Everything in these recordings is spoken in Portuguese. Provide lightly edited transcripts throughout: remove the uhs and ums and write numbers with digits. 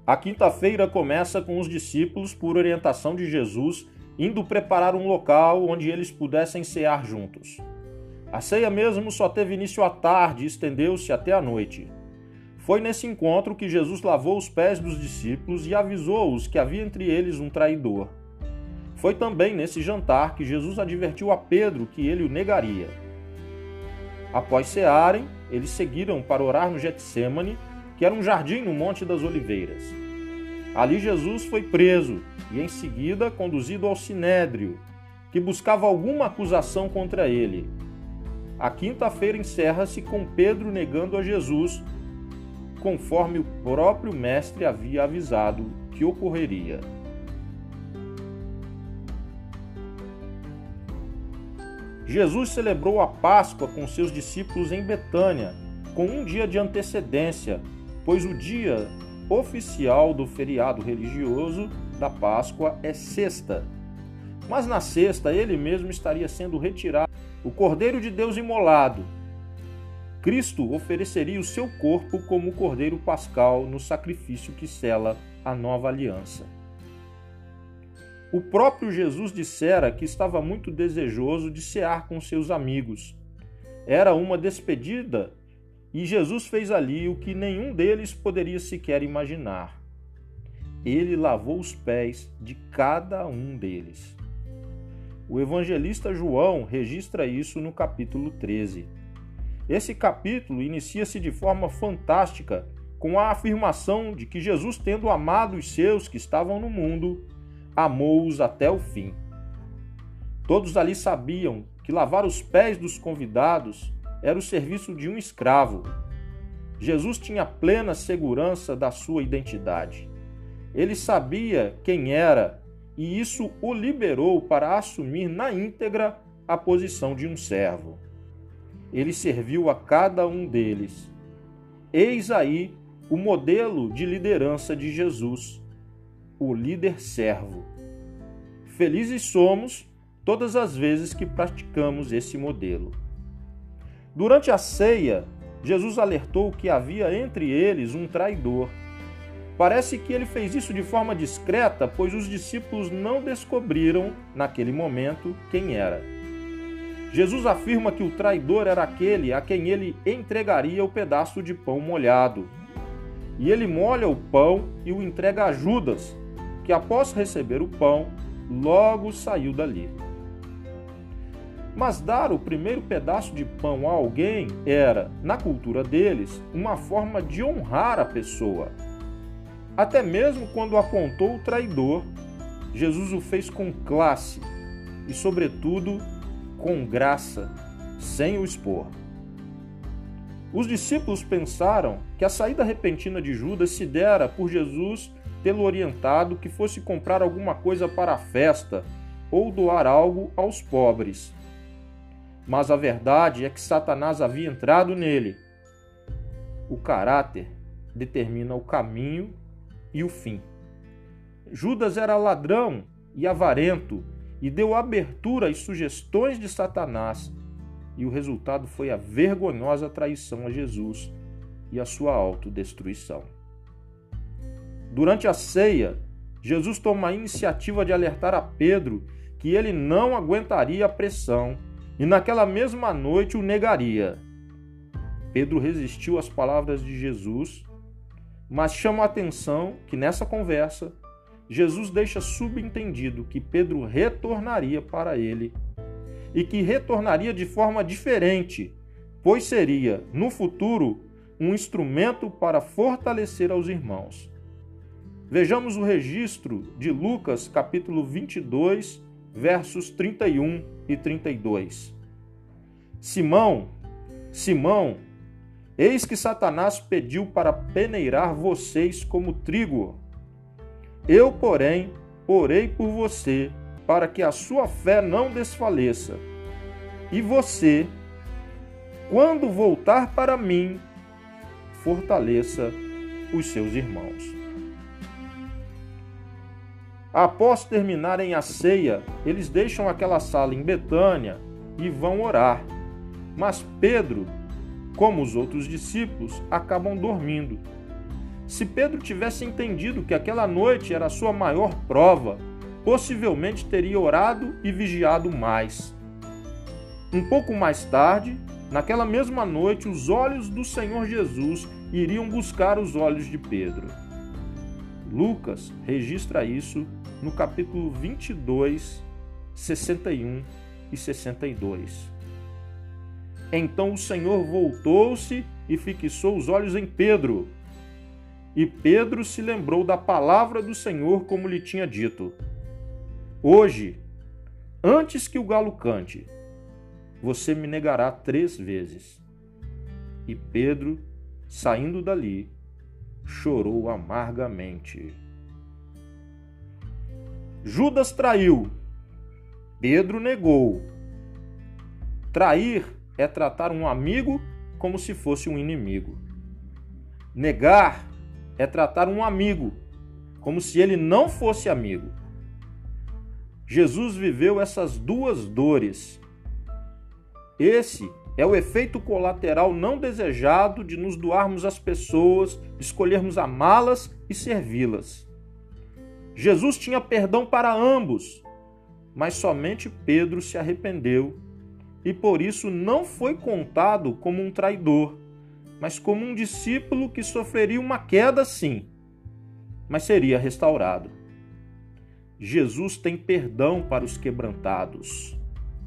A quinta-feira começa com os discípulos, por orientação de Jesus, indo preparar um local onde eles pudessem cear juntos. A ceia mesmo só teve início à tarde e estendeu-se até a noite. Foi nesse encontro que Jesus lavou os pés dos discípulos e avisou-os que havia entre eles um traidor. Foi também nesse jantar que Jesus advertiu a Pedro que ele o negaria. Após cearem, eles seguiram para orar no Getsêmani, que era um jardim no Monte das Oliveiras. Ali Jesus foi preso e em seguida conduzido ao Sinédrio, que buscava alguma acusação contra ele. A quinta-feira encerra-se com Pedro negando a Jesus, conforme o próprio Mestre havia avisado que ocorreria. Jesus celebrou a Páscoa com seus discípulos em Betânia, com um dia de antecedência, pois o dia oficial do feriado religioso da Páscoa é sexta. Mas na sexta ele mesmo estaria sendo retirado, o Cordeiro de Deus imolado. Cristo ofereceria o seu corpo como Cordeiro Pascal no sacrifício que sela a nova aliança. O próprio Jesus dissera que estava muito desejoso de cear com seus amigos. Era uma despedida e Jesus fez ali o que nenhum deles poderia sequer imaginar. Ele lavou os pés de cada um deles. O evangelista João registra isso no capítulo 13. Esse capítulo inicia-se de forma fantástica com a afirmação de que Jesus, tendo amado os seus que estavam no mundo, amou-os até o fim. Todos ali sabiam que lavar os pés dos convidados era o serviço de um escravo. Jesus tinha plena segurança da sua identidade. Ele sabia quem era e isso o liberou para assumir na íntegra a posição de um servo. Ele serviu a cada um deles. Eis aí o modelo de liderança de Jesus, o líder servo. Felizes somos todas as vezes que praticamos esse modelo. Durante a ceia, Jesus alertou que havia entre eles um traidor. Parece que ele fez isso de forma discreta, pois os discípulos não descobriram, naquele momento, quem era. Jesus afirma que o traidor era aquele a quem ele entregaria o pedaço de pão molhado. E ele molha o pão e o entrega a Judas, que após receber o pão, logo saiu dali. Mas dar o primeiro pedaço de pão a alguém era, na cultura deles, uma forma de honrar a pessoa. Até mesmo quando apontou o traidor, Jesus o fez com classe e, sobretudo, com graça, sem o expor. Os discípulos pensaram que a saída repentina de Judas se dera por Jesus tê-lo orientado que fosse comprar alguma coisa para a festa ou doar algo aos pobres. Mas a verdade é que Satanás havia entrado nele. O caráter determina o caminho e o fim. Judas era ladrão e avarento e deu abertura às sugestões de Satanás, e o resultado foi a vergonhosa traição a Jesus e a sua autodestruição. Durante a ceia, Jesus toma a iniciativa de alertar a Pedro que ele não aguentaria a pressão e naquela mesma noite o negaria. Pedro resistiu às palavras de Jesus, mas chama a atenção que nessa conversa, Jesus deixa subentendido que Pedro retornaria para ele e que retornaria de forma diferente, pois seria, no futuro, um instrumento para fortalecer aos irmãos. Vejamos o registro de Lucas, capítulo 22, versos 31 e 32. Simão, Simão, eis que Satanás pediu para peneirar vocês como trigo. Eu, porém, orei por você, para que a sua fé não desfaleça. E você, quando voltar para mim, fortaleça os seus irmãos. Após terminarem a ceia, eles deixam aquela sala em Betânia e vão orar. Mas Pedro, como os outros discípulos, acabam dormindo. Se Pedro tivesse entendido que aquela noite era a sua maior prova, possivelmente teria orado e vigiado mais. Um pouco mais tarde, naquela mesma noite, os olhos do Senhor Jesus iriam buscar os olhos de Pedro. Lucas registra isso no capítulo 22, 61 e 62. Então o Senhor voltou-se e fixou os olhos em Pedro. E Pedro se lembrou da palavra do Senhor como lhe tinha dito: hoje, antes que o galo cante, você me negará 3 vezes. E Pedro, saindo dali, chorou amargamente. Judas traiu. Pedro negou. Trair é tratar um amigo como se fosse um inimigo. Negar é tratar um amigo como se ele não fosse amigo. Jesus viveu essas 2 dores. Esse é o efeito colateral não desejado de nos doarmos às pessoas, escolhermos amá-las e servi-las. Jesus tinha perdão para ambos, mas somente Pedro se arrependeu e por isso não foi contado como um traidor, mas como um discípulo que sofreria uma queda sim, mas seria restaurado. Jesus tem perdão para os quebrantados.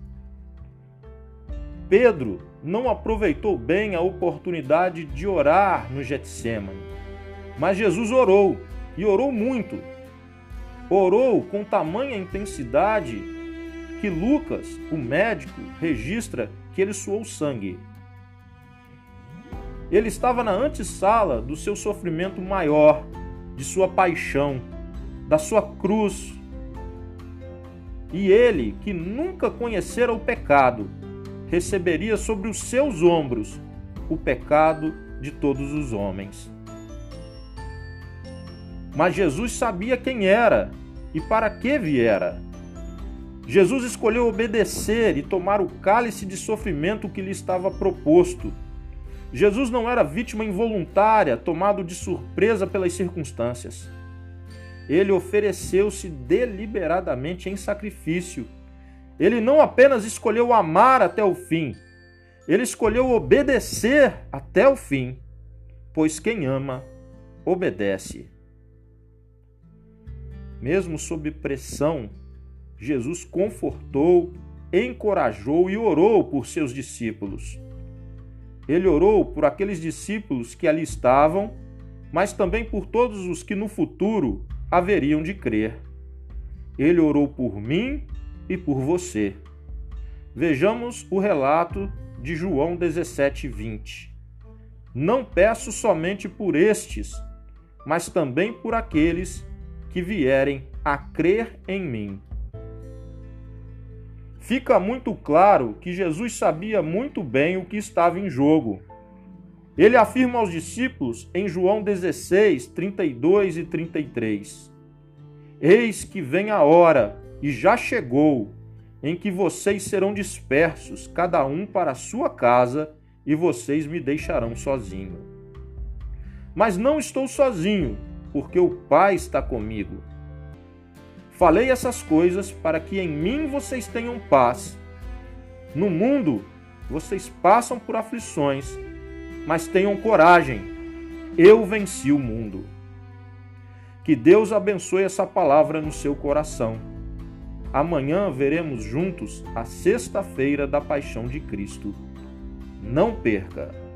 Pedro não aproveitou bem a oportunidade de orar no Getsêmani, mas Jesus orou, e orou muito. Orou com tamanha intensidade que Lucas, o médico, registra que ele suou sangue. Ele estava na antessala do seu sofrimento maior, de sua paixão, da sua cruz. E ele, que nunca conhecera o pecado, receberia sobre os seus ombros o pecado de todos os homens. Mas Jesus sabia quem era e para que viera. Jesus escolheu obedecer e tomar o cálice de sofrimento que lhe estava proposto. Jesus não era vítima involuntária, tomado de surpresa pelas circunstâncias. Ele ofereceu-se deliberadamente em sacrifício. Ele não apenas escolheu amar até o fim, ele escolheu obedecer até o fim, pois quem ama, obedece. Mesmo sob pressão, Jesus confortou, encorajou e orou por seus discípulos. Ele orou por aqueles discípulos que ali estavam, mas também por todos os que no futuro haveriam de crer. Ele orou por mim e por você. Vejamos o relato de João 17:20. Não peço somente por estes, mas também por aqueles que vierem a crer em mim. Fica muito claro que Jesus sabia muito bem o que estava em jogo. Ele afirma aos discípulos em João 16, 32 e 33. Eis que vem a hora, e já chegou, em que vocês serão dispersos, cada um para a sua casa, e vocês me deixarão sozinho. Mas não estou sozinho, porque o Pai está comigo. Falei essas coisas para que em mim vocês tenham paz. No mundo, vocês passam por aflições, mas tenham coragem. Eu venci o mundo. Que Deus abençoe essa palavra no seu coração. Amanhã veremos juntos a sexta-feira da Paixão de Cristo. Não perca!